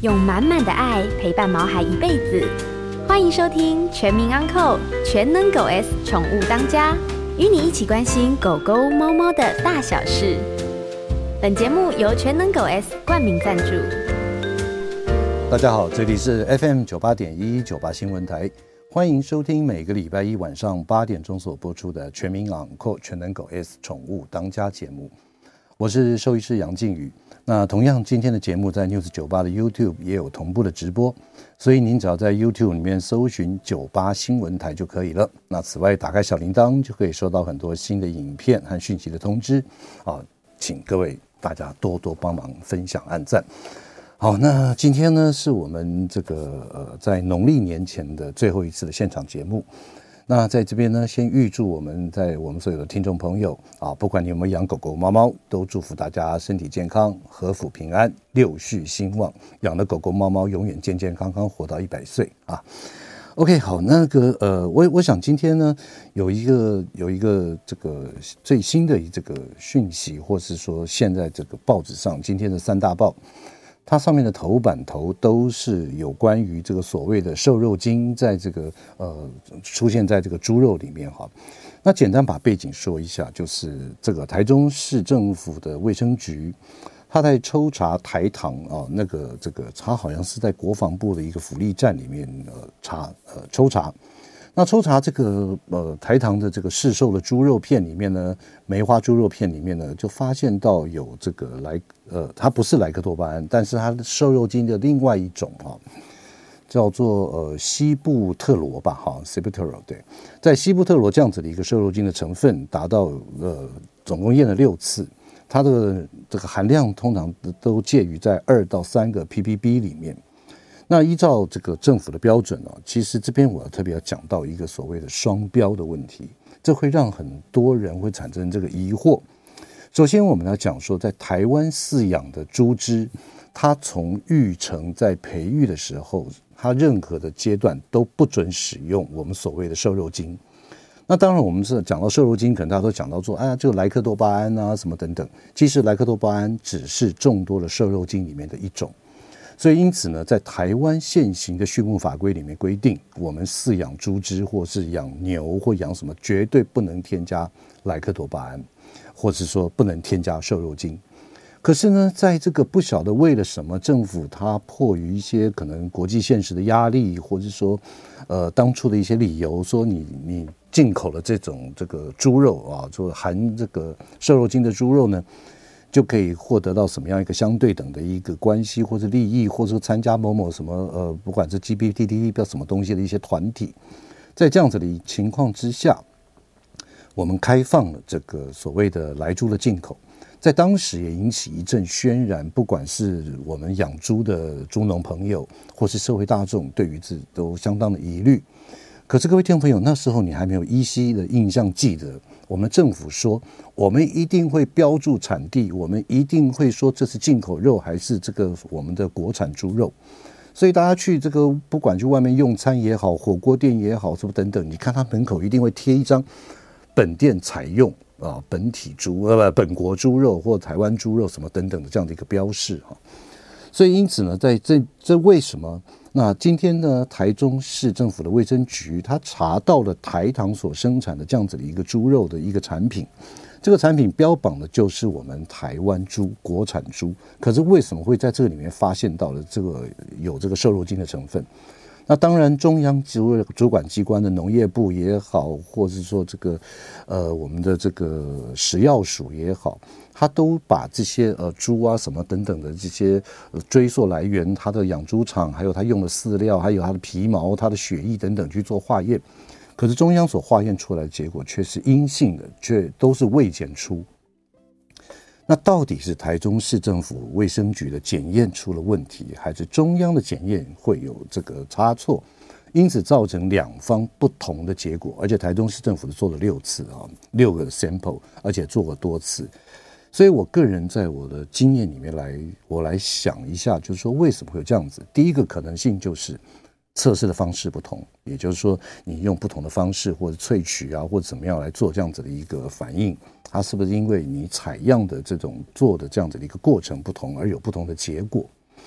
用满满的爱陪伴毛孩一辈子。欢迎收听全民安扣全能狗 S 宠物当家，与你一起关心狗狗、猫猫的大小事。本节目由全能狗 S 冠名赞助。 大家好，这里是 FM 98.1 98新闻台，欢迎收听每个礼拜一晚上8点钟所播出的全民昂扣全能狗 S 宠物当家节目。我是兽医师杨靖宇。那同样今天的节目在 News 98的 YouTube 也有同步的直播，所以您只要在 YouTube 里面搜寻98新闻台就可以了。那此外打开小铃铛就可以收到很多新的影片和讯息的通知请各位大家多多帮忙分享按赞。好，那今天呢是我们这个在农历年前的最后一次的现场节目。那在这边呢，先预祝我们所有的听众朋友不管你有没有养狗狗猫猫，都祝福大家身体健康、阖府平安、六续兴旺，养的狗狗猫猫永远健健康康活到100岁啊。OK， 好，那个我想今天呢有一个这个最新的这个讯息，或是说现在这个报纸上今天的3大报。它上面的头版头都是有关于这个所谓的瘦肉精在这个出现在这个猪肉里面哈。那简单把背景说一下，就是这个台中市政府的卫生局，他在抽查台糖他好像是在国防部的一个福利站里面抽查。那抽查这个台糖的这个市售的猪肉片里面呢，梅花猪肉片里面呢，就发现到有这个它不是莱克多巴胺，但是它的瘦肉精的另外一种叫做西布特罗吧，Sibutol， 对，在西布特罗这样子的一个瘦肉精的成分达到总共验了6次，它的这个含量通常都介于在2到3个 ppb 里面。那依照这个政府的标准其实这边我特别要讲到一个所谓的双标的问题，这会让很多人会产生这个疑惑。首先我们要讲说，在台湾饲养的猪只，它从育成在培育的时候，它任何的阶段都不准使用我们所谓的瘦肉精。那当然我们是讲到瘦肉精，可能大家都讲到说这个莱克多巴胺什么等等，其实莱克多巴胺只是众多的瘦肉精里面的一种。所以因此呢，在台湾现行的畜牧法规里面规定，我们饲养猪只或是养牛或养什么，绝对不能添加莱克多巴胺，或是说不能添加瘦肉精。可是呢，在这个不晓得为了什么，政府它迫于一些可能国际现实的压力，或者说当初的一些理由，说你进口了这个猪肉就含这个瘦肉精的猪肉呢，就可以获得到什么样一个相对等的一个关系或者利益，或者说参加某某什么不管是 GPTTT 不知道什么东西的一些团体。在这样子的情况之下，我们开放了这个所谓的莱猪的进口，在当时也引起一阵轩然，不管是我们养猪的猪农朋友或是社会大众，对于这都相当的疑虑。可是各位听众朋友，那时候你还没有依稀的印象记得，我们政府说我们一定会标注产地，我们一定会说这是进口肉还是这个我们的国产猪肉。所以大家去这个不管去外面用餐也好，火锅店也好，什么等等，你看他门口一定会贴一张本店采用本体猪本国猪肉或台湾猪肉什么等等的这样的一个标示所以因此呢，在这为什么？那今天呢，台中市政府的卫生局他查到了台糖所生产的这样子的一个猪肉的一个产品，这个产品标榜的就是我们台湾猪国产猪，可是为什么会在这个里面发现到了这个有这个瘦肉精的成分？那当然，中央主管机关的农业部也好，或者是说这个我们的这个食药署也好，他都把这些猪什么等等的这些追溯来源，它的养猪场，还有它用的饲料，还有它的皮毛、它的血液等等去做化验。可是中央所化验出来的结果却是阴性的，却都是未检出。那到底是台中市政府卫生局的检验出了问题，还是中央的检验会有这个差错？因此造成两方不同的结果，而且台中市政府做了6次6个 sample， 而且做过多次。所以我个人在我的经验里面我来想一下，就是说为什么会有这样子？第一个可能性就是测试的方式不同，也就是说你用不同的方式或者萃取或者怎么样来做这样子的一个反应，它是不是因为你采样的这种做的这样子的一个过程不同而有不同的结果？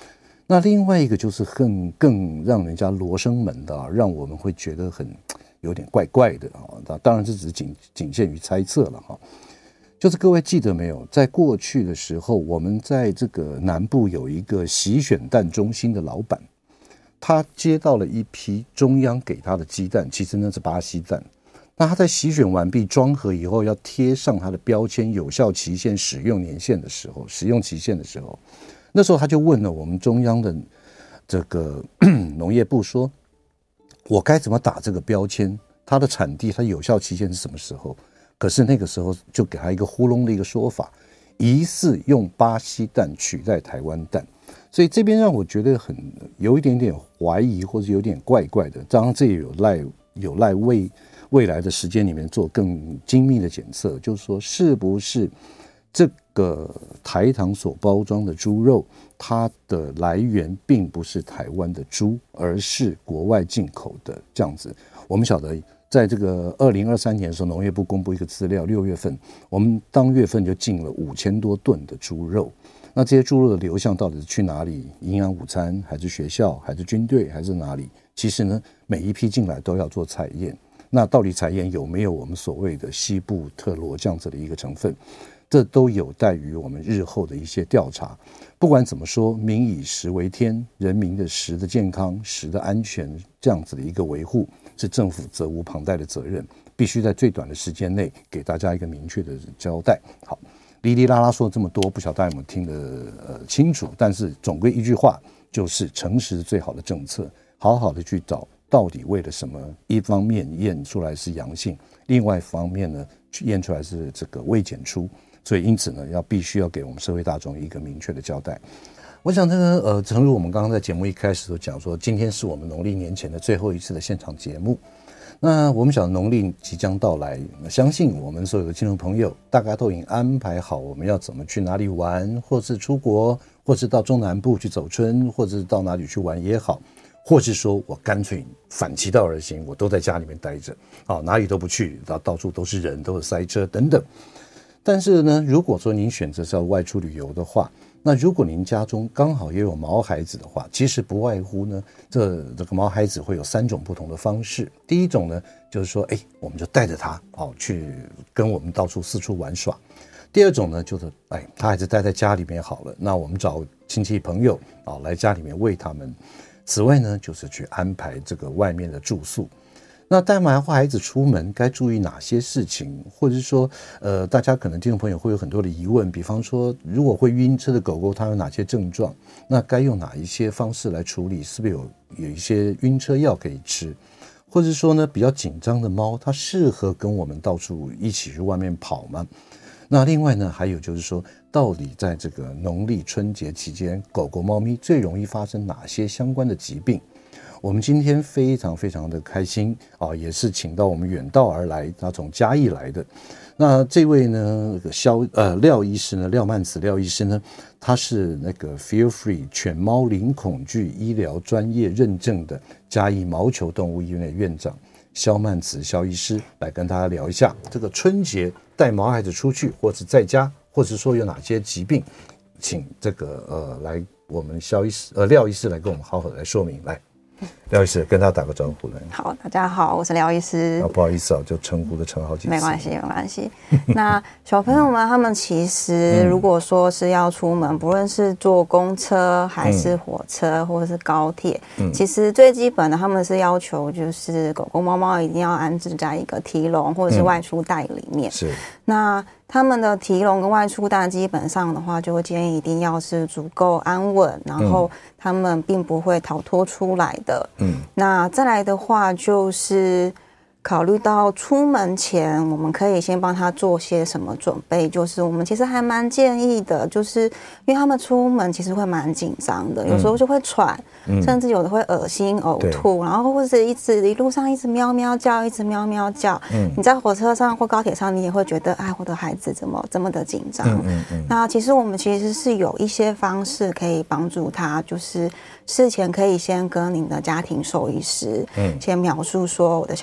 那另外一个就是更让人家罗生门的让我们会觉得有点怪怪的当然这只是仅限于猜测了就是各位记得没有，在过去的时候，我们在这个南部有一个洗选蛋中心的老板，他接到了一批中央给他的鸡蛋，其实那是巴西蛋。那他在洗选完毕装盒以后，要贴上他的标签、有效期限、使用期限的时候，那时候他就问了我们中央的这个农业部说，我该怎么打这个标签？它的产地、它有效期限是什么时候？可是那个时候就给他一个糊弄的一个说法，疑似用巴西蛋取代台湾蛋，所以这边让我觉得有一点点怀疑，或者有点怪怪的。当然这也有赖未来的时间里面做更精密的检测，就是说是不是这个台糖所包装的猪肉，它的来源并不是台湾的猪，而是国外进口的这样子。我们晓得在这个2023年的时候，农业部公布一个资料，6月份我们当月份就进了5000多吨的猪肉。那这些猪肉的流向到底是去哪里？营养午餐，还是学校，还是军队，还是哪里？其实呢，每一批进来都要做采验。那到底采验有没有我们所谓的西部特罗这样子的一个成分？这都有待于我们日后的一些调查。不管怎么说，民以食为天，人民的食的健康、食的安全这样子的一个维护，是政府责无旁贷的责任，必须在最短的时间内给大家一个明确的交代。好，哩哩啦啦说了这么多，不晓得大家有没有听得清楚？但是总归一句话，就是诚实是最好的政策，好好的去找到底为了什么。一方面验出来是阳性，另外一方面呢，验出来是这个未检出。所以因此呢，必须要给我们社会大众一个明确的交代。我想这个诚如我们刚刚在节目一开始都讲说，今天是我们农历年前的最后一次的现场节目。那我们晓得农历即将到来，相信我们所有的听众朋友大概都已经安排好我们要怎么去哪里玩，或是出国，或是到中南部去走春，或是到哪里去玩也好，或是说我干脆反其道而行，我都在家里面待着，哪里都不去，到处都是人，都是塞车等等。但是呢，如果说您选择是要外出旅游的话，那如果您家中刚好也有毛孩子的话，其实不外乎呢，这个毛孩子会有3种不同的方式。第一种呢，就是说，我们就带着他去跟我们到处四处玩耍。第二种呢，就是他还是待在家里面好了，那我们找亲戚朋友来家里面喂他们。此外呢，就是去安排这个外面的住宿。那带毛孩子出门该注意哪些事情，或者是说大家可能听众朋友会有很多的疑问，比方说如果会晕车的狗狗它有哪些症状，那该用哪一些方式来处理，是不是有一些晕车药可以吃，或者说呢比较紧张的猫它适合跟我们到处一起去外面跑吗？那另外呢还有就是说，到底在这个农历春节期间，狗狗猫咪最容易发生哪些相关的疾病？我们今天非常非常的开心也是请到我们远道而来，他从嘉义来的。那这位呢，廖医师呢，廖曼慈廖医师呢，他是那个 Feel Free 犬猫零恐惧医疗专业认证的嘉义毛球动物医院的院长肖曼慈肖医师，来跟大家聊一下这个春节带毛孩子出去，或者在家，或者说有哪些疾病，请这个来我们廖医师来跟我们好好的来说明。来，廖医师跟他打个招呼来。 好，大家好，我是廖医师。 不好意思就称呼的称好几次。 没关系，没关系。那小朋友们他们其实如果说是要出门，不论是坐公车还是火车或者是高铁，其实最基本的他们是要求就是狗狗猫猫一定要安置在一个提笼或者是外出袋里面。是。那他们的提笼跟外出袋基本上的话，就会建议一定要是足够安稳，然后他们并不会逃脱出来的。那再来的话就是考虑到出门前我们可以先帮他做些什么准备，就是我们其实还蛮建议的，就是因为他们出门其实会蛮紧张的，有时候就会喘，甚至有的会恶心呕吐，然后或者一路上一直喵喵叫，一直喵喵叫。你在火车上或高铁上，你也会觉得我的孩子怎么这么的紧张。那其实我们其实是有一些方式可以帮助他，就是事前可以先跟您的家庭兽医师先描述说我的小朋友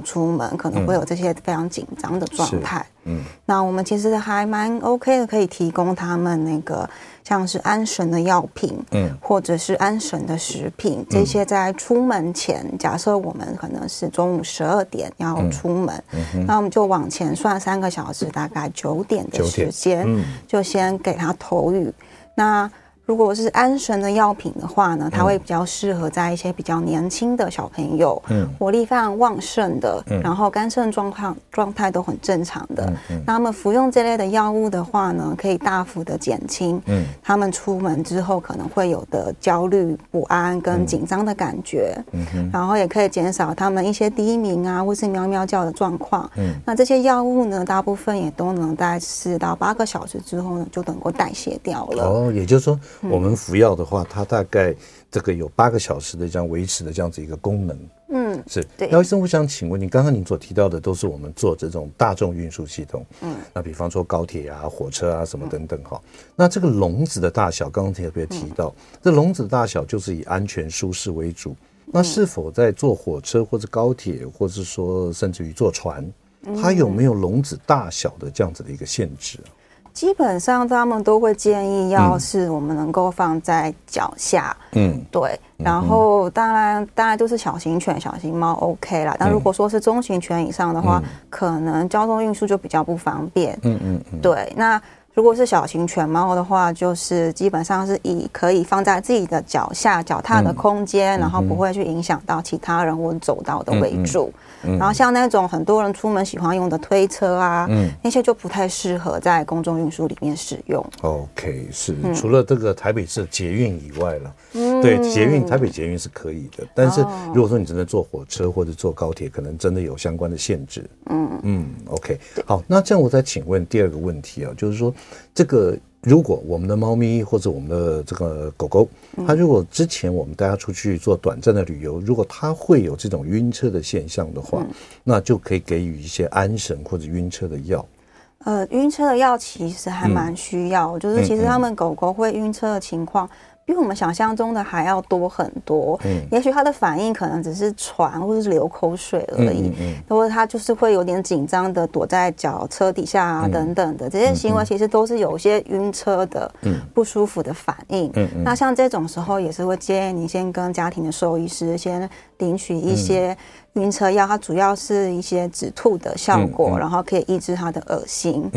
出门，可能会有这些非常紧张的状态。那我们其实还蛮 OK 的，可以提供他们那个像是安神的药品，或者是安神的食品，这些在出门前，假设我们可能是中午12点要出门，那我们就往前算3个小时，大概9点的时间，就先给他投予。那如果是安神的药品的话呢，它会比较适合在一些比较年轻的小朋友，活力非常旺盛的，然后肝肾状态都很正常的，那他们服用这类的药物的话呢，可以大幅的减轻他们出门之后可能会有的焦虑、不安跟紧张的感觉，然后也可以减少他们一些低鸣啊或是喵喵叫的状况。那这些药物呢，大部分也都能在4到8个小时之后呢，就能够代谢掉了。 也就是说我们服药的话，它大概这个有8个小时的这样维持的这样子一个功能。是。廖医生，我想请问您，刚刚您所提到的都是我们做这种大众运输系统，那比方说高铁啊、火车啊什么等等哈。那这个笼子的大小，刚刚特别提到，这笼子的大小就是以安全舒适为主。那是否在坐火车或者高铁，或是说甚至于坐船，它有没有笼子大小的这样子的一个限制啊？ 基本上他们都会建议，要是我们能够放在脚下，对，然后当然就是小型犬、小型猫 OK 啦，但如果说是中型犬以上的话，可能交通运输就比较不方便，对，那如果是小型犬猫的话，就是基本上是以可以放在自己的脚下、脚踏的空间，然后不会去影响到其他人或走道的为主。然后像那种很多人出门喜欢用的推车啊，那些就不太适合在公众运输里面使用。 OK， 是，除了这个台北市捷运以外了，对，台北捷运是可以的，但是如果说你真的坐火车或者坐高铁，可能真的有相关的限制。OK， 好，那这样我再请问第二个问题啊，就是说这个如果我们的猫咪或者我们的这个狗狗，它如果之前我们带它出去做短暂的旅游，如果它会有这种晕车的现象的话，那就可以给予一些安神或者晕车的药。 晕车的药其实还蛮需要，就是其实他们狗狗会晕车的情况比我们想象中的还要多很多。也许他的反应可能只是喘或者是流口水而已，或者他就是会有点紧张的躲在脚车底下啊等等的，这些行为其实都是有一些晕车的不舒服的反应。那像这种时候也是会建议你先跟家庭的兽医师先领取一些晕车药，它主要是一些止吐的效果，然后可以抑制它的恶心。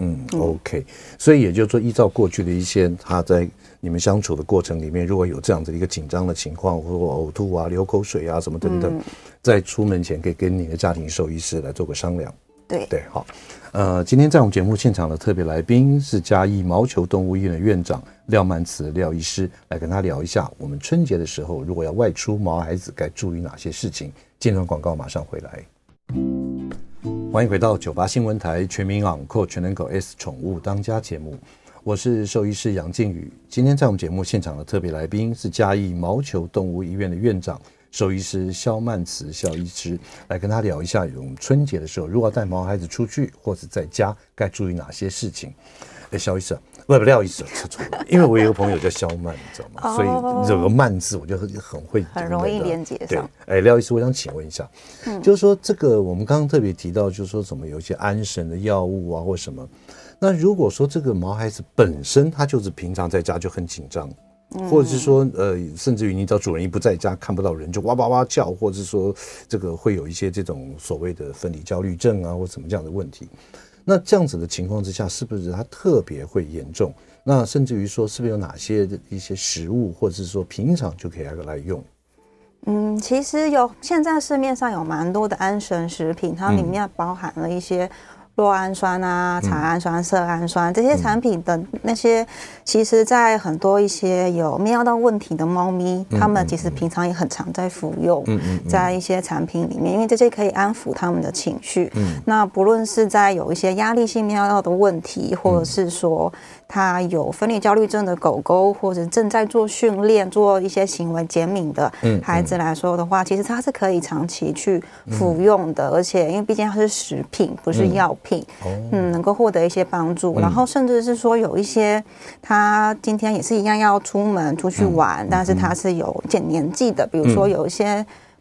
OK， 所以也就是说，依照过去的一些它在你们相处的过程里面，如果有这样子一个紧张的情况，或者呕吐啊、流口水啊什么等等，在出门前可以跟你的家庭兽医师来做个商量。 对， 好。今天在我们节目现场的特别来宾是嘉义毛球动物医院的院长廖曼慈廖医师，来跟他聊一下我们春节的时候如果要外出毛孩子该注意哪些事情。进段广告马上回来。欢迎回到98新闻台全民昂扣全能狗 S 宠物当家节目，我是兽医师杨靖宇。今天在我们节目现场的特别来宾是嘉义毛球动物医院的院长兽医师肖曼慈肖医师，来跟他聊一下我们春节的时候如果要带毛孩子出去或者在家该注意哪些事情。肖医师不廖医师吃错了，因为我有一个朋友叫肖曼，你知道吗？所以有个曼字我就很会很容易连接上。 对，廖医师，我想请问一下，就是说这个我们刚刚特别提到，就是说什么有一些安神的药物啊或什么，那如果说这个毛孩子本身他就是平常在家就很紧张，或者是说甚至于你找主人一不在家看不到人就哇哇哇叫，或者是说这个会有一些这种所谓的分离焦虑症啊或什么这样的问题，那这样子的情况之下是不是它特别会严重？那甚至于说是不是有哪些一些食物或者是说平常就可以来用？ 其实现在市面上有蛮多的安神食品，它里面包含了一些酪氨酸啊、茶氨酸、色氨酸这些产品的那些，其实在很多一些有泌尿道问题的猫咪，它们其实平常也很常在服用，在一些产品里面，因为这些可以安抚它们的情绪。那不论是在有一些压力性泌尿道的问题，或者是说它有分离焦虑症的狗狗，或者正在做训练、做一些行为减敏的孩子来说的话，其实它是可以长期去服用的，而且因为毕竟它是食品，不是药品，能够获得一些帮助。然后甚至是说有一些他今天也是一样要出门出去玩，但是他是有减年纪的，比如说有一些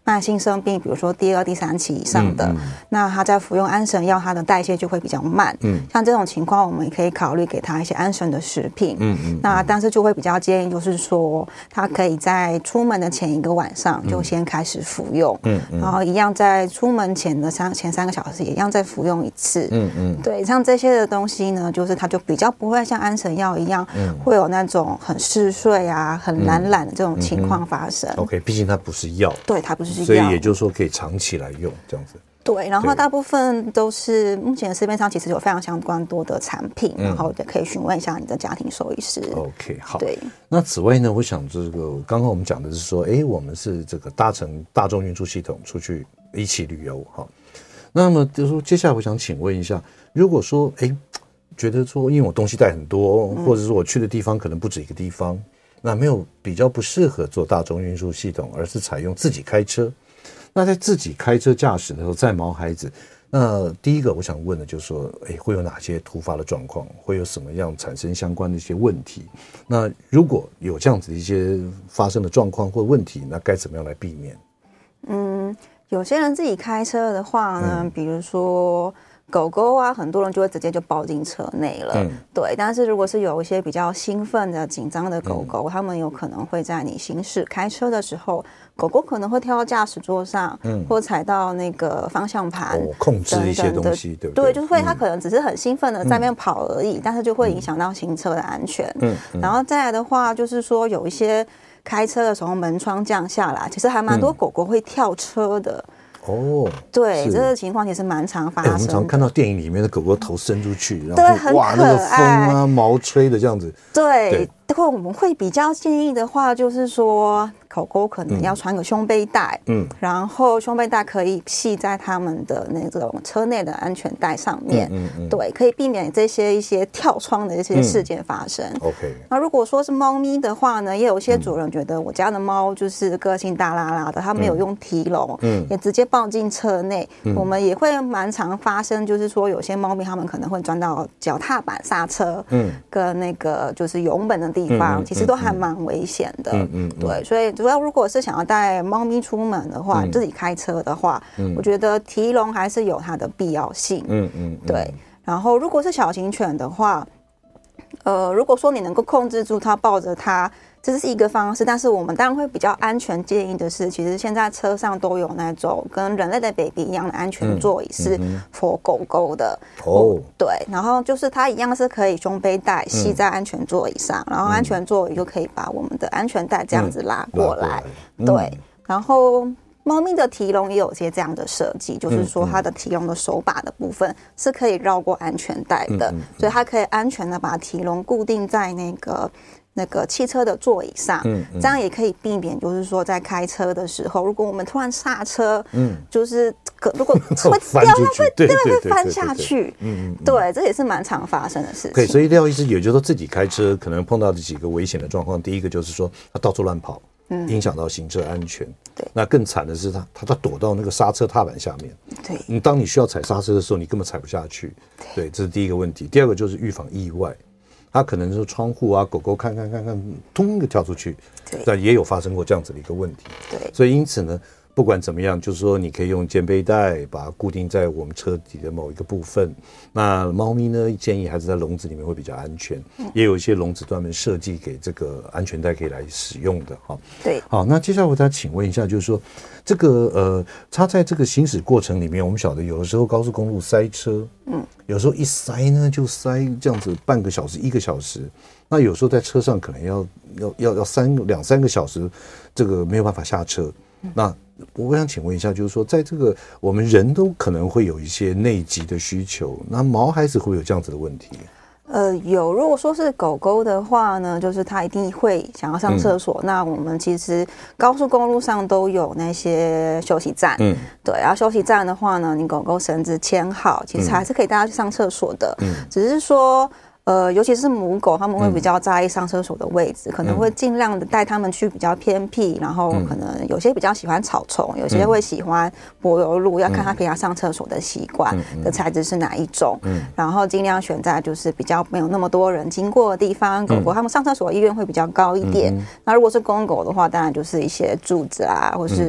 慢性生病，比如说第2、第3期以上的，那他在服用安神药，他的代谢就会比较慢。像这种情况，我们也可以考虑给他一些安神的食品。那但是就会比较建议，就是说他可以在出门的前1个晚上就先开始服用，然后一样在出门前的前3个小时也一样再服用1次。对，像这些的东西呢，就是它就比较不会像安神药一样，会有那种很嗜睡啊、很懒的这种情况发生。 OK， 毕竟它不是药， 对，它不是药， 所以也就是说可以长期来用这样子。 对，然后大部分都是目前市面上其实有非常相关多的产品，然后也可以询问一下你的家庭兽医师。 OK， 好。 对， 那此外呢，我想这个刚刚我们讲的是说，我们是这个搭乘大众运输系统出去一起旅游，哈。那么就是说，接下来我想请问一下，如果说觉得说，因为我东西带很多，或者说我去的地方可能不止一个地方，那没有比较不适合做大众运输系统，而是采用自己开车。那在自己开车驾驶的时候，在毛孩子，那第一个我想问的就是说，会有哪些突发的状况，会有什么样产生相关的一些问题？那如果有这样子一些发生的状况或问题，那该怎么样来避免？ 有些人自己开车的话呢，比如说狗狗啊，很多人就会直接就抱进车内了。对。但是如果是有一些比较兴奋的、紧张的狗狗，他们有可能会在你行驶开车的时候，狗狗可能会跳到驾驶座上，或踩到那个方向盘， 控制一些东西，对不对？ 对，就是会，它可能只是很兴奋的在那边跑而已，但是就会影响到行车的安全。然后再来的话，就是说有一些开车的时候门窗降下来，其实还蛮多狗狗会跳车的。对，这个情况其实蛮常发生的。 我们常看到电影里面的狗狗头伸出去，然后很哇，那个风啊，毛吹的这样子。 对，或我们会比较建议的话，就是说狗狗可能要穿个胸背带，然后胸背带可以系在他们的那种车内的安全带上面，对，可以避免一些跳窗的一些事件发生。 OK， 那如果说是猫咪的话呢，也有一些主人觉得我家的猫就是个性大拉拉的，他没有用提笼，也直接抱进车内，我们也会蛮常发生，就是说有些猫咪他们可能会钻到脚踏板、刹车，跟那个就是油门的地方，其实都还蛮危险的。对，所以主要如果是想要带猫咪出门的话，自己开车的话，我觉得提笼还是有它的必要性。对。然后如果是小型犬的话，如果说你能够控制住它，抱着它，这是一个方式，但是我们当然会比较安全建议的是，其实现在车上都有那种跟人类的 baby 一样的安全座椅，是 for 狗狗的。对，然后就是它一样是可以胸背带系在安全座椅上，然后安全座椅就可以把我们的安全带这样子拉过来。对，然后猫咪的提笼也有些这样的设计，就是说它的提笼的手把的部分是可以绕过安全带的，所以它可以安全的把提笼固定在那个汽车的座椅上，这样也可以避免，就是说在开车的时候，如果我们突然刹车，就是如果会掉下去，对，会翻下去，对，这也是蛮常发生的事情。 对，所以廖医师也就是说自己开车可能碰到的几个危险的状况，第一个就是说他到处乱跑，影响到行车安全。对，那更惨的是他躲到那个刹车踏板下面。对，当你需要踩刹车的时候，你根本踩不下去。对，这是第一个问题。第二个就是预防意外。它可能是窗户啊，狗狗看，通就跳出去，但也有发生过这样子的一个问题。对，所以因此呢，不管怎么样，就是说你可以用肩背带把它固定在我们车底的某一个部分。那猫咪呢，建议还是在笼子里面会比较安全，也有一些笼子专门设计给这个安全带可以来使用的哈。 对， 好，那接下来我再请问一下，就是说这个它在这个行驶过程里面，我们晓得有的时候高速公路塞车，有时候一塞呢就塞这样子半个小时、1个小时，那有时候在车上可能要2、3个小时，这个没有办法下车。那我想请问一下，就是说在这个我们人都可能会有一些内急的需求，那毛孩子会有这样子的问题？ 有，如果说是狗狗的话呢，就是它一定会想要上厕所。那我们其实高速公路上都有那些休息站，对，然后休息站的话呢，你狗狗绳子牵好，其实还是可以带它去上厕所的，只是说。尤其是母狗，他们会比较在意上厕所的位置，可能会尽量的带他们去比较偏僻，然后可能有些比较喜欢草丛，有些会喜欢柏油路，要看他平常上厕所的习惯的材质是哪一种，然后尽量选在就是比较没有那么多人经过的地方，狗狗他们上厕所的意愿会比较高一点。那如果是公狗的话，当然就是一些柱子啊，或是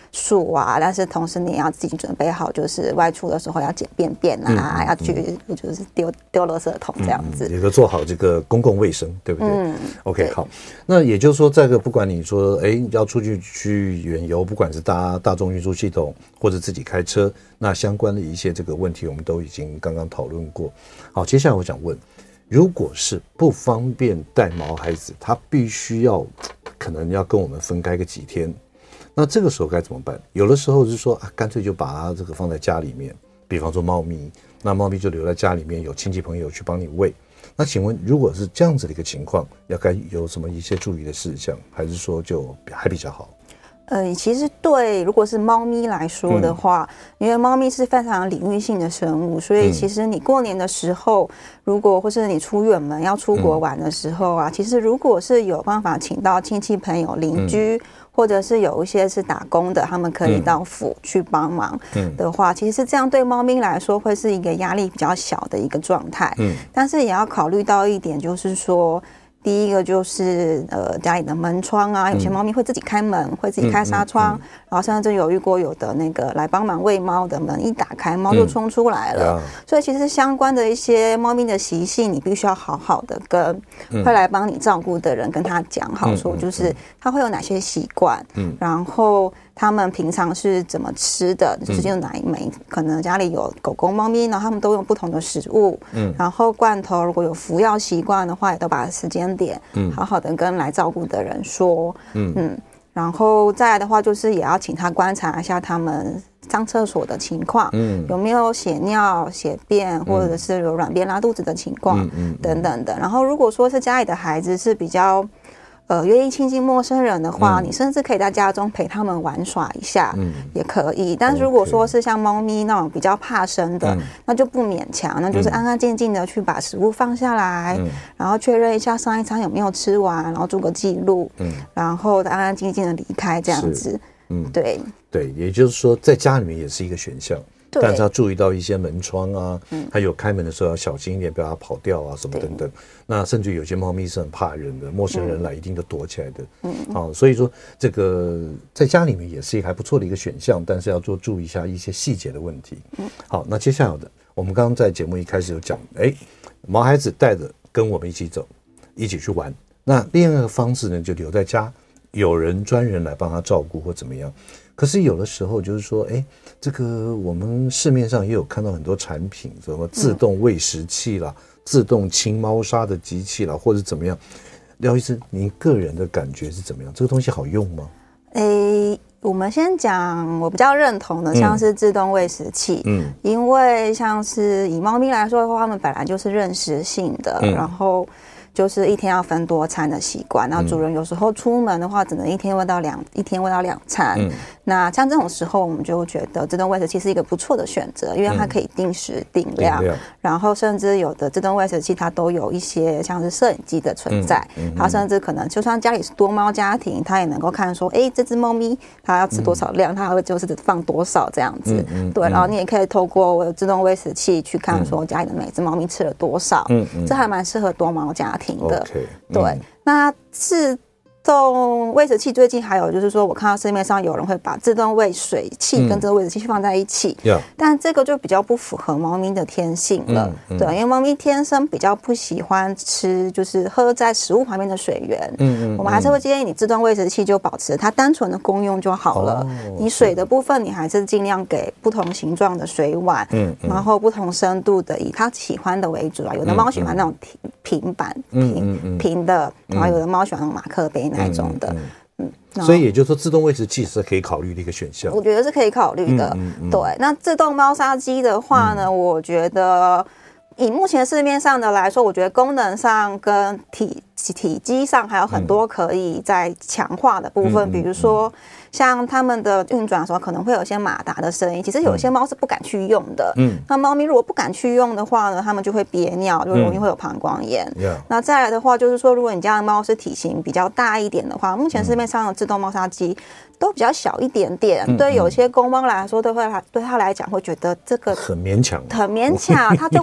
数啊，但是同时你也要自己准备好，就是外出的时候要捡便便啊，要去就是丢垃圾桶这样子， 也就做好这个公共卫生，对不对？OK， 好。那也就是说，这个不管你说要出去远游，不管是搭大众运输系统或者自己开车，那相关的一些这个问题，我们都已经刚刚讨论过。好，接下来我想问，如果是不方便带毛孩子，他必须可能要跟我们分开个几天，那这个时候该怎么办？有的时候是说干脆就把它这个放在家里面，比方说猫咪，那猫咪就留在家里面，有亲戚朋友去帮你喂。那请问，如果是这样子的一个情况，该有什么一些注意的事项，还是说就还比较好？ 其实如果是猫咪来说的话，因为猫咪是非常领域性的生物，所以其实你过年的时候，如果或是你出远门要出国玩的时候啊，其实如果是有办法请到亲戚朋友、邻居，或者是有一些是打工的，他们可以到府去帮忙的话，其实是这样对猫咪来说会是一个压力比较小的一个状态。但是也要考虑到一点，就是说。第一个就是家里的门窗啊，有些猫咪会自己开门，会自己开纱窗，然后甚至有遇过有的那个来帮忙喂猫的门一打开，猫就冲出来了。所以其实相关的一些猫咪的习性，你必须要好好的跟会来帮你照顾的人跟他讲好，说就是他会有哪些习惯，然后他们平常是怎么吃的，就是可能家里有狗狗、猫咪，然后他们都用不同的食物，然后罐头如果有服药习惯的话，也都把时间点好好的跟来照顾的人说，然后再来的话，就是也要请他观察一下他们上厕所的情况，有没有血尿、血便，或者是有软便拉肚子的情况，等等的。然后如果说是家里的孩子是比较愿意亲近陌生人的话，你甚至可以在家中陪他们玩耍一下，也可以。但是如果说是像猫咪那种比较怕生的，那就不勉强，那就是安安静静的去把食物放下来，然后确认一下上一餐有没有吃完，然后做个记录，然后安安静静的离开这样子。对， 也就是说在家里面也是一个选项。但是要注意到一些门窗啊，还有开门的时候要小心一点，不要它跑掉啊什么等等。那甚至有些猫咪是很怕人的，陌生人来一定都躲起来的。所以说这个在家里面也是一个还不错的一个选项，但是要注意一下一些细节的问题。好，那接下来我们刚刚在节目一开始有讲，毛孩子带着跟我们一起走，一起去玩。那另外一个方式呢，就留在家，有人专人来帮他照顾或怎么样。可是有的时候就是说，这个我们市面上也有看到很多产品，什么自动喂食器啦、自动清猫砂的机器啦，或者怎么样。廖医师，您个人的感觉是怎么样？这个东西好用吗？ 我们先讲我比较认同的，像是自动喂食器，因为像是以猫咪来说的话，它们本来就是认食性的，然后就是一天要分多餐的习惯，那主人有时候出门的话，只能一天喂到两餐。那像这种时候，我们就觉得自动喂食器是一个不错的选择，因为它可以定时定量，然后甚至有的自动喂食器它都有一些像是摄影机的存在，它甚至可能就算家里是多猫家庭，它也能够看说，这只猫咪它要吃多少量，它会就是放多少这样子。对，然后你也可以透过自动喂食器去看说家里的每只猫咪吃了多少，这还蛮适合多猫家庭的。对，那自动喂食器最近还有就是说，我看到市面上有人会把自动喂水器跟自动喂食器放在一起，但这个就比较不符合猫咪的天性了。对，因为猫咪天生比较不喜欢吃就是喝在食物旁边的水源。我们还是会建议你自动喂食器就保持它单纯的功用就好了。你水的部分你还是尽量给不同形状的水碗，然后不同深度的以它喜欢的为主啊。有的猫喜欢那种平板平的，然后有的猫喜欢那种马克杯那种的。 所以也就是说，自动喂食器是可以考虑的一个选项。 我觉得是可以考虑的。对，那自动猫砂机的话呢，我觉得以目前市面上的来说，我觉得功能上跟体积上还有很多可以再强化的部分，比如说像他们的运转的时候可能会有一些马达的声音，其实有一些猫是不敢去用的。那猫咪如果不敢去用的话呢，它们就会憋尿，就容易会有膀胱炎。那再来的话就是说，如果你家的猫是体型比较大一点的话，目前市面上的自动猫砂机都比较小一点点，对有些公猫来说，对它来讲会觉得这个很勉强， 它就会减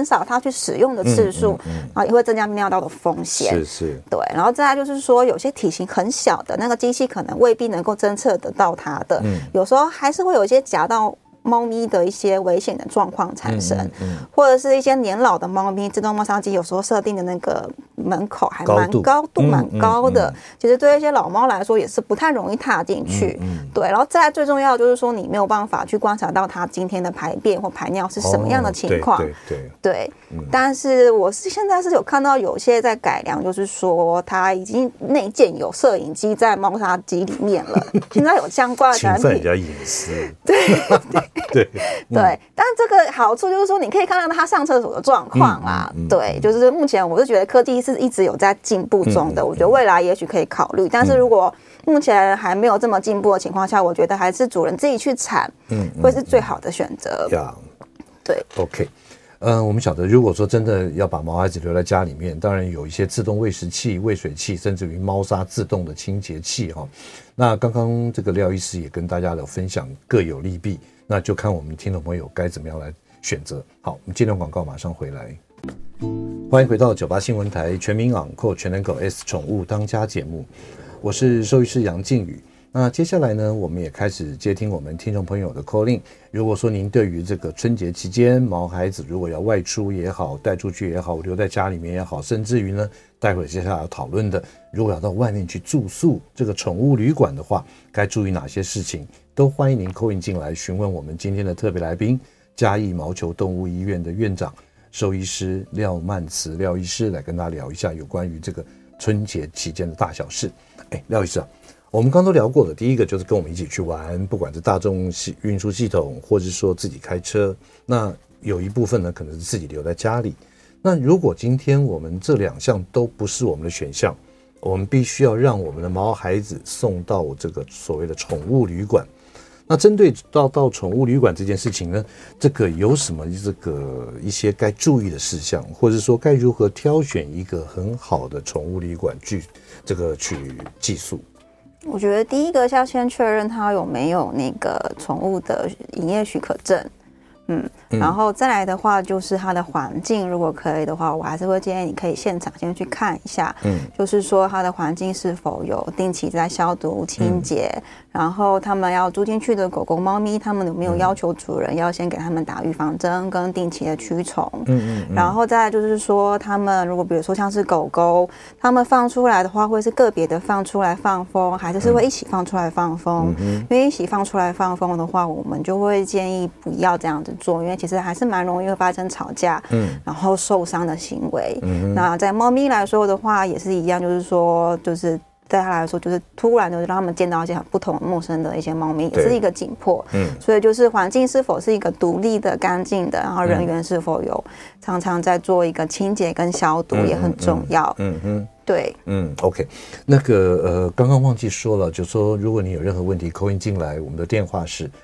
减少它去使用的次数，然后也会增加尿道的风险。 是， 对。然后再来就是说，有些体型很小的那个机器可能未必能够侦测得到它的，有时候还是会有一些夹到猫咪的一些危险的状况产生，或者是一些年老的猫咪，自动猫砂机有时候设定的那个门口还蛮高度蛮高的，其实对一些老猫来说也是不太容易踏进去。对，然后再来最重要的就是说，你没有办法去观察到它今天的排便或排尿是什么样的情况。对。但是我现在是有看到有些在改良，就是说它已经内建有摄影机在猫砂机里面了，现在有相关的产品。 侵犯人家隐私。 对，但这个好处就是说，你可以看到他上厕所的状况啦。对，就是目前我是觉得科技是一直有在进步中的，我觉得未来也许可以考虑。但是如果目前还没有这么进步的情况下，我觉得还是主人自己去铲，会是最好的选择。对 ，OK。我们晓得，如果说真的要把毛孩子留在家里面，当然有一些自动喂食器、喂水器，甚至于猫砂自动的清洁器哈。那刚刚这个廖医师也跟大家的分享各有利弊，那就看我们听众朋友该怎么样来选择。好，我们接段广告马上回来。欢迎回到98新闻台全民昂扣全能狗 S 宠物当家节目，我是兽医师杨靖宇。那接下来呢，我们也开始接听我们听众朋友的 call in。如果说您对于这个春节期间毛孩子如果要外出也好，带出去也好，留在家里面也好，甚至于呢，待会儿接下来要讨论的，如果要到外面去住宿这个宠物旅馆的话，该注意哪些事情，都欢迎您 call in 进来询问我们今天的特别来宾，嘉义毛球动物医院的院长兽医师廖曼慈廖医师来跟大家聊一下有关于这个春节期间的大小事。廖医师啊，我们刚都聊过了，第一个就是跟我们一起去玩，不管是大众运输系统，或者是说自己开车，那有一部分呢可能是自己留在家里。那如果今天我们这两项都不是我们的选项，我们必须要让我们的毛孩子送到这个所谓的宠物旅馆。那针对到宠物旅馆这件事情呢，这个有什么一些该注意的事项，或者说该如何挑选一个很好的宠物旅馆去寄宿？ 我觉得第一个要先确认他有没有那个宠物的营业许可证。然后再来的话就是它的环境，如果可以的话，我还是会建议你可以现场先去看一下，就是说它的环境是否有定期在消毒清洁，然后他们要住进去的狗狗猫咪，他们有没有要求主人要先给他们打预防针跟定期的驱虫，然后再来就是说他们如果比如说像是狗狗，他们放出来的话会是个别的放出来放风，还是会一起放出来放风，因为一起放出来放风的话，我们就会建议不要这样子做，因为其实还是蛮容易会发生吵架，然后受伤的行为。那在猫咪来说的话，也是一样，就是说，就是对他来说，就是突然的让他们见到一些很不同、陌生的一些猫咪，也是一个紧迫。所以就是环境是否是一个独立的、干净的，然后人员是否有常常在做一个清洁跟消毒，也很重要。对 ，OK， 那个刚刚忘记说了，就说如果你有任何问题call in进来，我们的电话是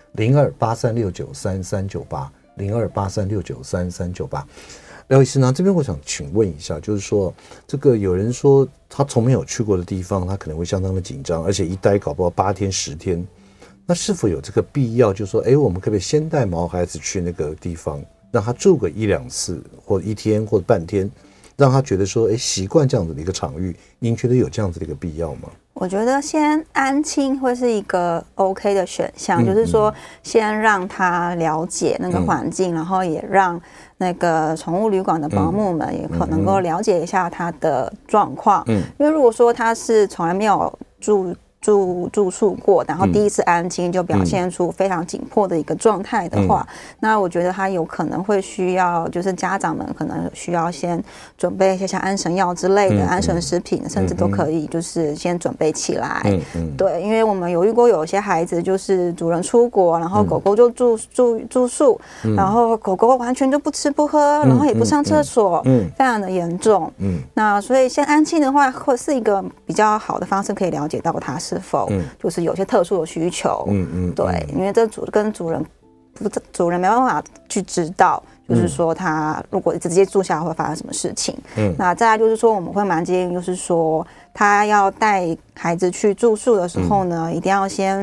0283693398，0283693398。廖医师呢，这边我想请问一下，就是说这个有人说他从没有去过的地方，他可能会相当的紧张，而且一待搞不好8天10天，那是否有这个必要？就是说，我们可不可以先带毛孩子去那个地方，让他住个1-2次，或1天或者半天？让他觉得说，习惯这样子的一个场域，您觉得有这样子的一个必要吗？ 我觉得先安亲会是一个 OK 的选项，就是说先让他了解那个环境，然后也让那个宠物旅馆的保姆们也可能够了解一下他的状况。因为如果说他是从来没有住宿过，然后第一次安亲就表现出非常紧迫的一个状态的话，那我觉得他有可能会需要，就是家长们可能需要先准备一些像安神药之类的安神食品，甚至都可以就是先准备起来。对，因为我们有遇过有一些孩子就是主人出国，然后狗狗就住宿，然后狗狗完全就不吃不喝，然后也不上厕所，非常的严重。那所以先安亲的话，会是一个比较好的方式，可以了解到他是否就是有些特殊的需求。对，因为这主人没办法去知道，就是说他如果直接住下来会发生什么事情。那再来就是说，我们会蛮建议，就是说他要带孩子去住宿的时候呢，一定要先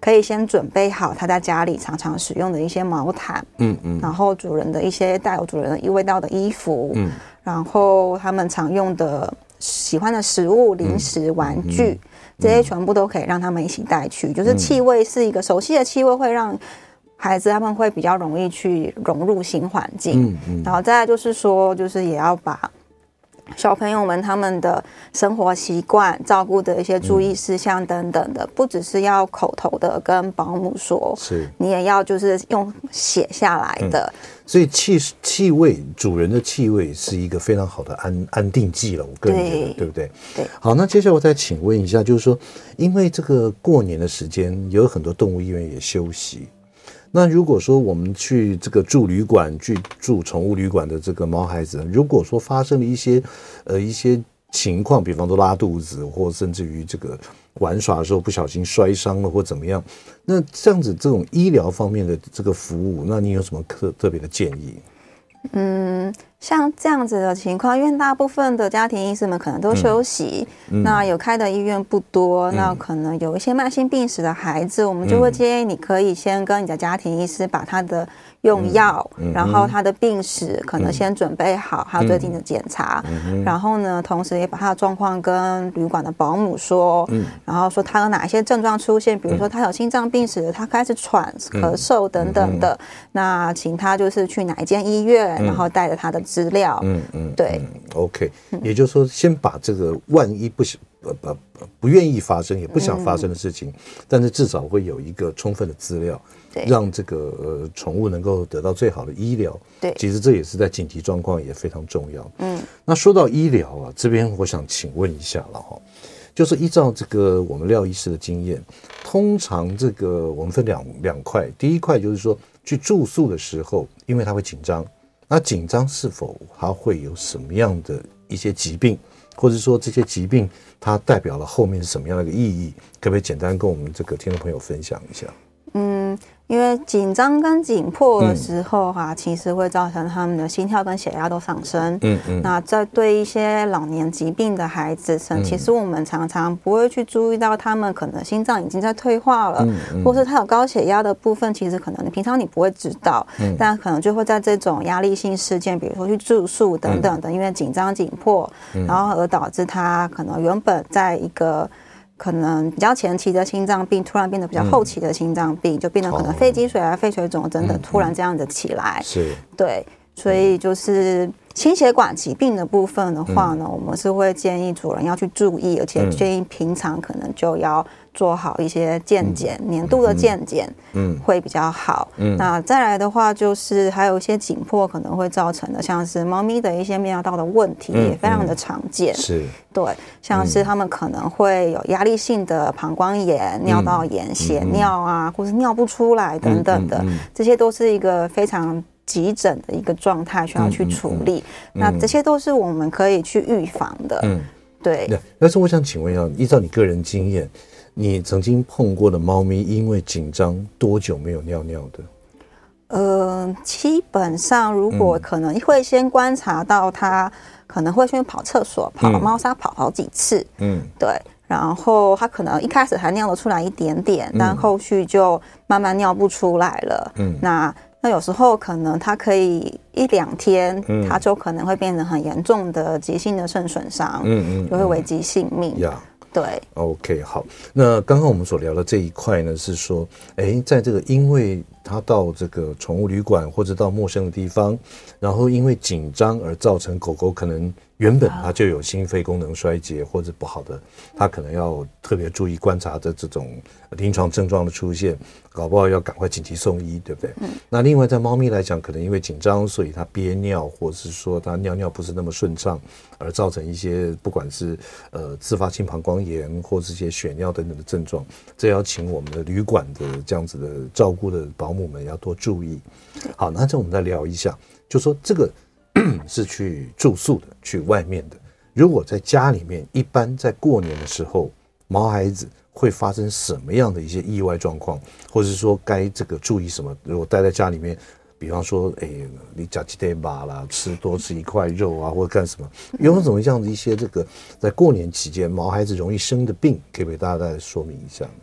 可以先准备好他在家里常常使用的一些毛毯，然后主人的一些带有主人的味道的衣服，然后他们常用的喜欢的食物、零食、玩具，这些全部都可以让他们一起带去。就是气味是一个熟悉的气味，会让孩子他们会比较容易去融入新环境。然后再来就是说，就是也要把小朋友们他们的生活习惯、照顾的一些注意事项等等的，不只是要口头的跟保姆说，是你也要就是用写下来的。 所以气味，主人的气味是一个非常好的安定剂了，我个人觉得，对不对？ 对。 好，那接下来我再请问一下，就是说，因为这个过年的时间，有很多动物医院也休息。那如果说我们去这个住旅馆、去住宠物旅馆的这个毛孩子，如果说发生了一些情况，比方说拉肚子，或甚至于这个玩耍的时候不小心摔伤了或怎么样，那这样子这种医疗方面的这个服务，那你有什么特别的建议？ 像这样子的情况，因为大部分的家庭医师们可能都休息，那有开的医院不多，那可能有一些慢性病史的孩子，我们就会建议你可以先跟你的家庭医师把他的用药，然后他的病史可能先准备好，还有最近的检查，然后呢，同时也把他的状况跟旅馆的保姆说，然后说他有哪一些症状出现，比如说他有心脏病史，他开始喘、咳嗽等等的，那请他就是去哪一间医院，然后带着他的资料，对 ，OK，也就是说，先把这个万一不愿意发生也不想发生的事情，但是至少会有一个充分的资料，让这个宠物能够得到最好的医疗。对，其实这也是在紧急状况也非常重要。那说到医疗啊，这边我想请问一下了哈，就是依照这个我们廖医师的经验，通常这个我们分两块，第一块就是说去住宿的时候，因为它会紧张。那紧张是否它会有什么样的一些疾病，或者说这些疾病它代表了后面是什么样的一个意义？可不可以简单跟我们这个听众朋友分享一下？ 因为紧张跟紧迫的时候其实会造成他们的心跳跟血压都上升。那在对一些老年疾病的孩子，其实我们常常不会去注意到他们可能心脏已经在退化了，或是他有高血压的部分，其实可能平常你不会知道，但可能就会在这种压力性事件，比如说去住宿等等的，因为紧张紧迫，然后而导致他可能原本在一个可能比较前期的心脏病突然变得比较后期的心脏病，就变得可能肺积水肺水肿真的突然这样子起来。是，对，所以就是心血管疾病的部分的话呢，我们是会建议主人要去注意，而且建议平常可能就要做好一些健检，年度的健检，会比较好。那再来的话，就是还有一些紧迫可能会造成的，像是猫咪的一些泌尿道的问题，也非常的常见。是，对，像是他们可能会有压力性的膀胱炎、尿道炎、血尿啊，或是尿不出来等等的，这些都是一个非常急诊的一个状态，需要去处理。那这些都是我们可以去预防的。对。 但是我想请问一下，依照你个人经验，你曾经碰过的猫咪因为紧张多久没有尿尿的？ 基本上如果可能会先观察到它可能会先跑厕所，跑猫砂跑好几次，对，然后它可能一开始还尿得出来一点点，但后续就慢慢尿不出来了。那有时候可能它可以1-2天，它就可能会变成很严重的急性的肾损伤，就会危及性命。对 ，OK， 好。那刚刚我们所聊的这一块呢，是说，在这个因为他到这个宠物旅馆或者到陌生的地方，然后因为紧张而造成狗狗可能原本它就有心肺功能衰竭或者不好的，它可能要特别注意观察的这种临床症状的出现，搞不好要赶快紧急送医，对不对？那另外在猫咪来讲，可能因为紧张，所以它憋尿，或者是说它尿尿不是那么顺畅，而造成一些不管是自发性膀胱炎或是一些血尿等等的症状，这要请我们的旅馆的这样子的照顾的保姆们要多注意。好，那这我们再聊一下，就说这个是去住宿的，去外面的。如果在家里面，一般在过年的时候，毛孩子会发生什么样的一些意外状况，或者是说该这个注意什么？如果待在家里面，比方说，你吃几顿吧啦，多吃一块肉啊，或者干什么？有什么样的一些这个在过年期间毛孩子容易生的病，可以给大家再说明一下呢？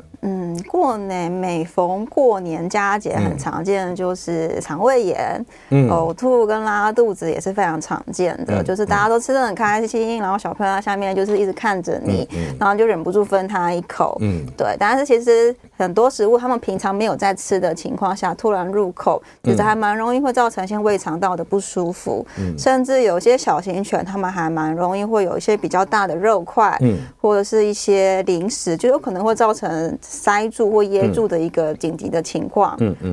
过年每逢过年佳节很常见的就是肠胃炎、呕吐跟拉肚子也是非常常见的，就是大家都吃得很开心，然后小朋友在下面就是一直看着你，然后就忍不住分他一口，对。但是其实很多食物他们平常没有在吃的情况下突然入口，其实还蛮容易会造成一些胃肠道的不舒服，甚至有些小型犬他们还蛮容易会有一些比较大的肉块，或者是一些零食，就有可能会造成塞住或噎住的一个紧急的情况。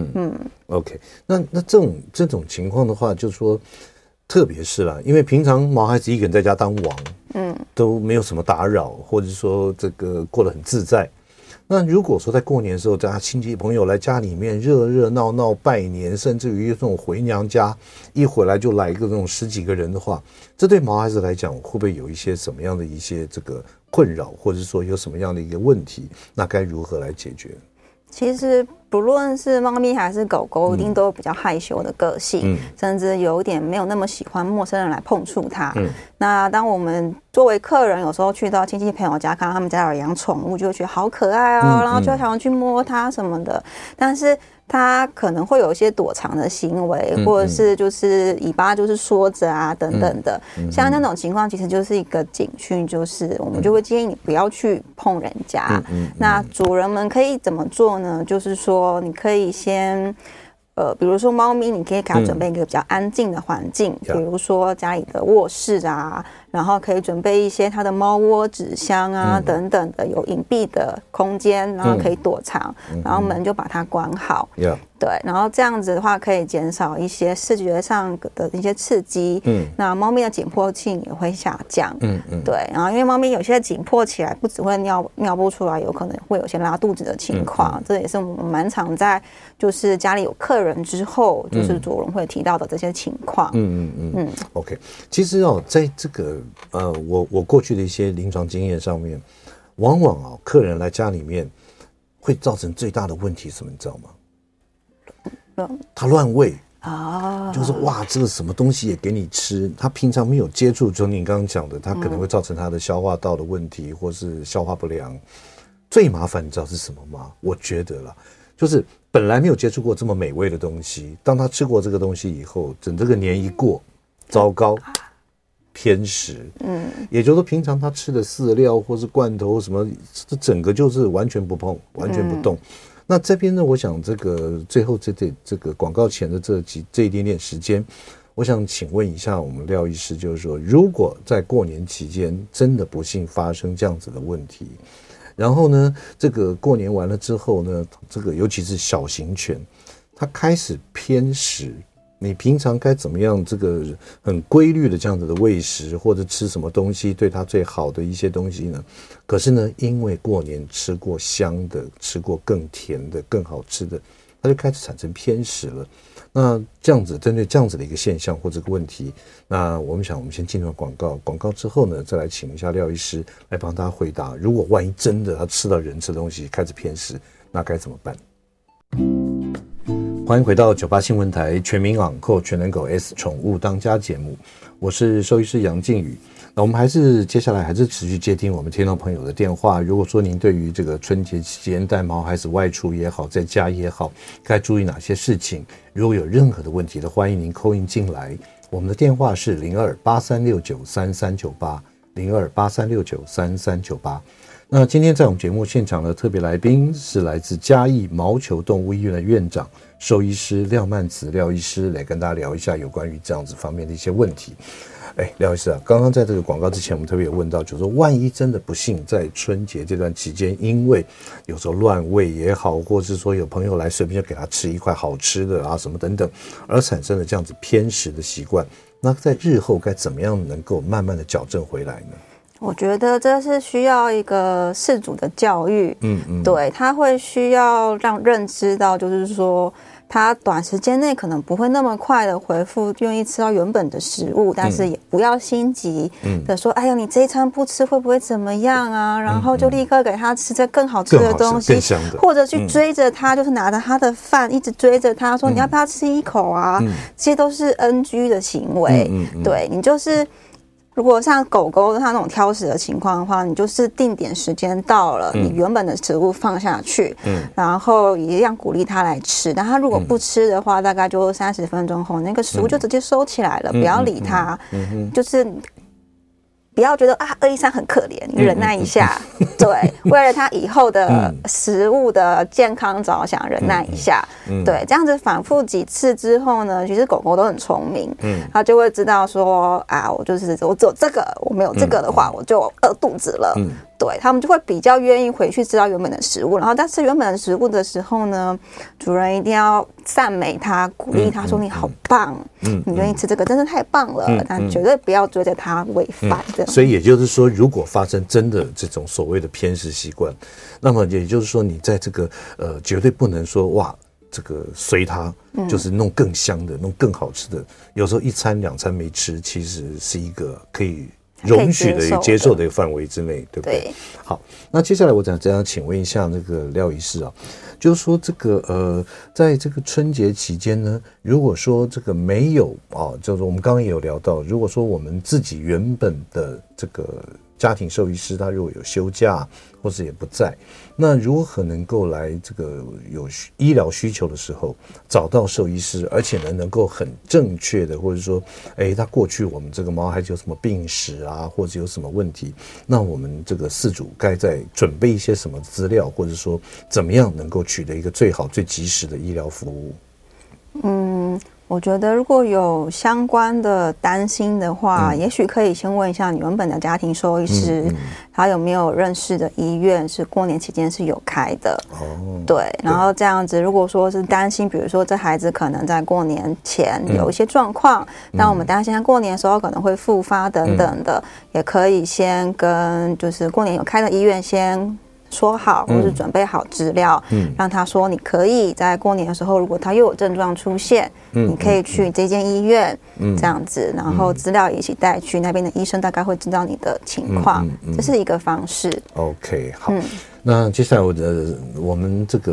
OK， 那这种情况的话，就是说，特别是啦，因为平常毛孩子一个人在家当王，都没有什么打扰，或者说这个过得很自在。那如果说在过年的时候，大家亲戚朋友来家里面热热闹闹拜年，甚至于这种回娘家，一回来就来个这种10几个人的话，这对毛孩子来讲会不会有一些什么样的一些这个困扰，或者说有什么样的一个问题？那该如何来解决？ 其实不论是猫咪还是狗狗，一定都有比较害羞的个性，甚至有点没有那么喜欢陌生人来碰触它。那当我们作为客人，有时候去到亲戚朋友家，看到他们家有养宠物，就会觉得好可爱哦，然后就想要去摸它什么的。但是它可能会有一些躲藏的行为，或者是就是尾巴就是缩着啊等等的，像那种情况其实就是一个警讯，就是我们就会建议你不要去碰人家。那主人们可以怎么做呢？就是说你可以先比如说猫咪，你可以给它准备一个比较安静的环境，比如说家里的卧室啊，然后可以准备一些它的猫窝、纸箱啊等等的有隐蔽的空间，然后可以躲藏，然后门就把它关好。对，然后这样子的话可以减少一些视觉上的一些刺激，那猫咪的紧迫性也会下降。对，然后因为猫咪有些紧迫起来，不只会尿不出来，有可能会有些拉肚子的情况，这也是我们蛮常在就是家里有客人之后，就是主人会提到的这些情况。 OK， 其实在这个我过去的一些临床经验上面，往往客人来家里面会造成最大的问题是什么，你知道吗？他乱喂就是哇，这个什么东西也给你吃，他平常没有接触，就你刚刚讲的，他可能会造成他的消化道的问题，或是消化不良。最麻烦你知道是什么吗？我觉得啦，就是本来没有接触过这么美味的东西，当他吃过这个东西以后，整这个年一过，糟糕，偏食。也就是说平常他吃的饲料或是罐头什么，这整个就是完全不碰，完全不动。那这边呢，我想这个最后这个广告前的这一点点时间，我想请问一下我们廖医师，就是说，如果在过年期间真的不幸发生这样子的问题，然后呢，这个过年完了之后呢，这个尤其是小型犬，它开始偏食，你平常该怎么样这个很规律的这样子的喂食，或者吃什么东西对它最好的一些东西呢？可是呢，因为过年吃过香的，吃过更甜的更好吃的，它就开始产生偏食了。那这样子针对这样子的一个现象或这个问题，那我们先进入广告之后呢，再来请一下廖医师来帮他回答，如果万一真的他吃到人吃的东西开始偏食，那该怎么办？欢迎回到98新闻台全民昂扣全能狗 S 宠物当家节目，我是兽医师杨靖宇。那我们接下来还是持续接听我们听众朋友的电话。如果说您对于这个春节期间带毛孩子外出也好，在家也好，该注意哪些事情，如果有任何的问题的，欢迎您 call in 进来。我们的电话是0283693398 0283693398。那今天在我们节目现场的特别来宾是来自嘉义毛球动物医院的院长兽医师廖曼慈廖医师，来跟大家聊一下有关于这样子方面的一些问题。廖医师啊，刚刚在这个广告之前我们特别有问到，就是说万一真的不幸在春节这段期间，因为有时候乱喂也好，或是说有朋友来随便就给他吃一块好吃的啊什么等等，而产生了这样子偏食的习惯，那在日后该怎么样能够慢慢的矫正回来呢？ 我觉得这是需要一个饲主的教育，对，他会需要让认知到，就是说他短时间内可能不会那么快的回复，愿意吃到原本的食物，但是也不要心急的说，哎呀，你这一餐不吃会不会怎么样啊？然后就立刻给他吃这更好吃的东西，或者去追着他，就是拿着他的饭一直追着他说，你要不要吃一口啊？这些都是 NG 的行为，对，你就是如果像狗狗它那种挑食的情况的话，你就是定点时间到了，你原本的食物放下去，然后一样鼓励它来吃。但它如果不吃的话，大概就30分钟后，那个食物就直接收起来了，不要理它，就是不要觉得啊213很可怜，你忍耐一下，对，为了他以后的食物的健康着想，忍耐一下，对，这样子反复几次之后呢，其实狗狗都很聪明，它就会知道说啊，我只有这个，我没有这个的话，我就饿肚子了。对，他们就会比较愿意回去吃到原本的食物，然后在吃原本的食物的时候呢，主人一定要赞美他，鼓励他说你好棒，你愿意吃这个真的太棒了，但绝对不要追着他喂饭。 所以也就是说，如果发生真的这种所谓的偏食习惯，那么也就是说，你在这个绝对不能说哇，这个随他，就是弄更香的，弄更好吃的。有时候1餐2餐没吃，其实是一个可以容许的、接受的范围之内，对不对？好，那接下来我想请问一下那个廖医师啊，就是说这个在这个春节期间呢，如果说这个没有啊，就是我们刚刚也有聊到，如果说我们自己原本的这个家庭兽医师他如果有休假或是也不在，那如何能够来这个有医疗需求的时候找到兽医师，而且呢能够很正确的，或者说他过去我们这个毛孩子有什么病史啊，或者有什么问题，那我们这个饲主该在准备一些什么资料，或者说怎么样能够取得一个最好最及时的医疗服务？ 我觉得如果有相关的担心的话，也许可以先问一下你原本的家庭兽医师，他有没有认识的医院是过年期间是有开的。对，然后这样子，如果说是担心，比如说这孩子可能在过年前有一些状况，那我们担心他过年的时候可能会复发等等的，也可以先跟就是过年有开的医院先说好，或是准备好资料，让他说你可以在过年的时候，如果他又有症状出现，你可以去这间医院，这样子，然后资料一起带去，那边的医生大概会知道你的情况，这是一个方式。 OK， 好，那接下来我们这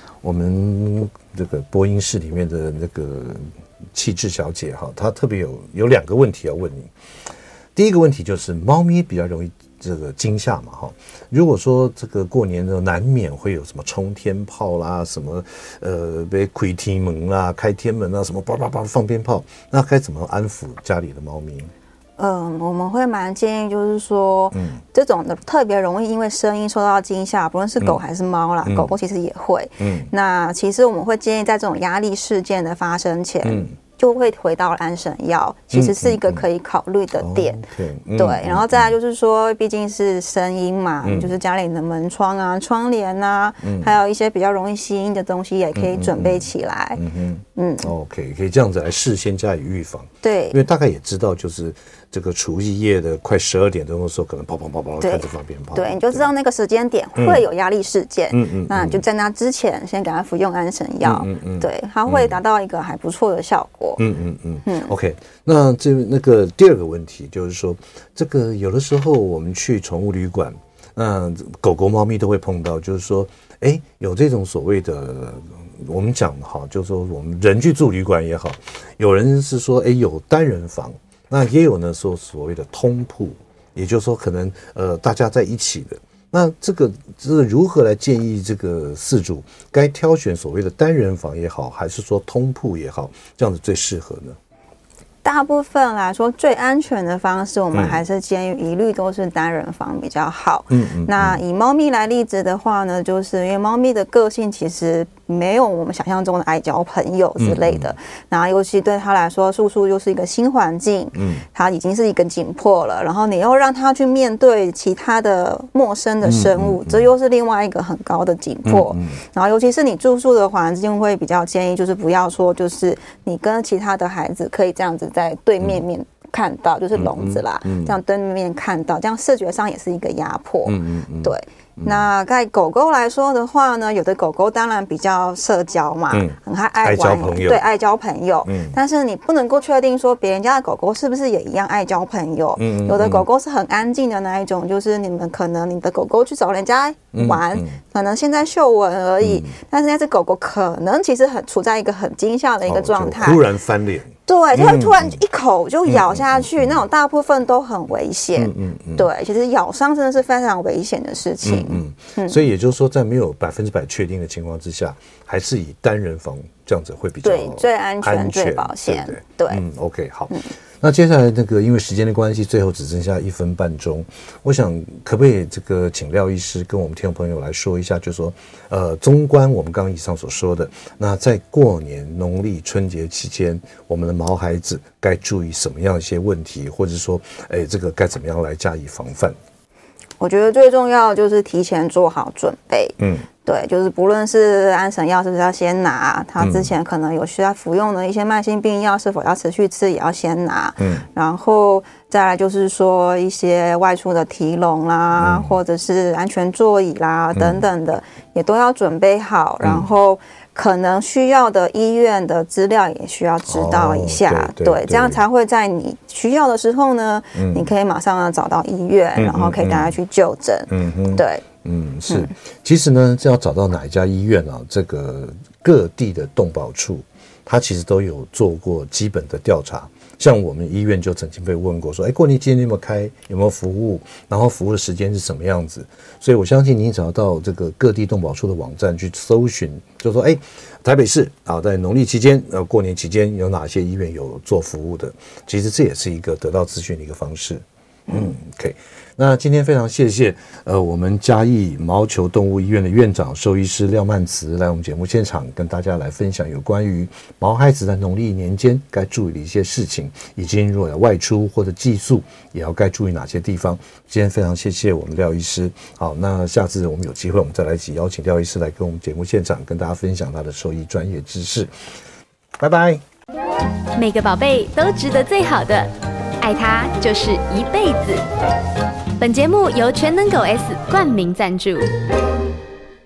个播音室里面的那个气质小姐哈，她特别有2个问题要问你。第一个问题就是猫咪比较容易这个惊吓嘛哈，如果说这个过年的难免会有什么冲天炮啦，什么被开天门啦、开天门啊，什么叭叭叭放鞭炮，那该怎么安抚家里的猫咪？ 我们会蛮建议，就是说，这种的特别容易因为声音受到惊吓，不论是狗还是猫啦，狗狗其实也会。那其实我们会建议在这种压力事件的发生前，就会回到安神药，其实是一个可以考虑的点。对，然后再来就是说，毕竟是声音嘛，就是家里的门窗啊、窗帘啊，还有一些比较容易吸音的东西，也可以准备起来。 OK， 可以这样子来事先加以预防。 对， 因为大概也知道，就是这个除夕夜的快12点钟的时候，可能砰砰砰砰开始放鞭炮。 对，你就知道那个时间点会有压力事件。那你就在那之前先给他服用安神药。对，它会达到一个还不错的效果。 OK， 那那个第2个问题就是说，这个有的时候我们去宠物旅馆，那狗狗、猫咪都会碰到，就是说，有这种所谓的。我们讲哈，就是说我们人去住旅馆也好，有人是说有单人房，那也有呢说所谓的通铺，也就是说可能大家在一起的。那这个如何来建议这个饲主该挑选所谓的单人房也好，还是说通铺也好，这样子最适合呢？ 大部分来说，最安全的方式，我们还是建议一律都是单人房比较好。那以猫咪来例子的话呢，就是因为猫咪的个性其实没有我们想象中的爱交朋友之类的。那尤其对它来说，住宿又是一个新环境，它已经是一个紧迫了，然后你又让它去面对其他的陌生的生物，这又是另外一个很高的紧迫。然后尤其是你住宿的环境，会比较建议就是不要说就是你跟其他的孩子可以这样子在对面看到，就是笼子啦，这样对面看到，这样视觉上也是一个压迫。对。那在狗狗来说的话呢，有的狗狗当然比较社交嘛，很爱玩，对，爱交朋友。但是你不能够确定说别人家的狗狗是不是也一样爱交朋友。有的狗狗是很安静的那一种，就是你的狗狗去找人家玩，可能现在嗅闻而已，但是那只狗狗可能其实处在一个很惊吓的一个状态， 突然翻脸。 对，就会突然一口就咬下去，那种大部分都很危险。对，其实咬伤真的是非常危险的事情。 所以也就是说，在没有100%确定的情况之下，还是以单人房这样子会比较对，最安全、最保险。对 ，OK， 好。那接下来因为时间的关系，最后只剩下1分半钟，我想可不可以请廖医师跟我们听众朋友来说一下，就是说，纵观我们刚刚以上所说的，那在过年农历春节期间，我们的毛孩子该注意什么样一些问题，或者说，该怎么样来加以防范？ 我觉得最重要的就是提前做好准备。对，就是不论是安神药是不是要先拿，他之前可能有需要服用的一些慢性病药是否要持续吃，也要先拿。然后再来就是说一些外出的提笼啦，或者是安全座椅啦等等的，也都要准备好。然后可能需要的医院的资料也需要知道一下，对，这样才会在你需要的时候呢，你可以马上找到医院，然后可以带他去就诊。对。 是，其实呢，要找到哪一家医院啊，各地的动保处，它其实都有做过基本的调查。像我们医院就曾经被问过说，过年期间有没有开，有没有服务，然后服务的时间是什么样子。所以我相信你只要到各地动保处的网站去搜寻，就说台北市啊，在农历期间过年期间有哪些医院有做服务的，其实这也是一个得到资讯的一个方式。OK， 那今天非常谢谢我们嘉义毛球动物医院的院长兽医师廖曼慈来我们节目现场跟大家来分享有关于毛孩子在农历年间该注意的一些事情，以及如果要外出或者寄宿也要该注意哪些地方。今天非常谢谢我们廖医师。好，那下次我们有机会我们再来一起邀请廖医师来跟我们节目现场跟大家分享他的兽医专业知识。拜拜。 每个宝贝都值得最好的，爱他就是一辈子。本节目由全能狗 S 冠名赞助。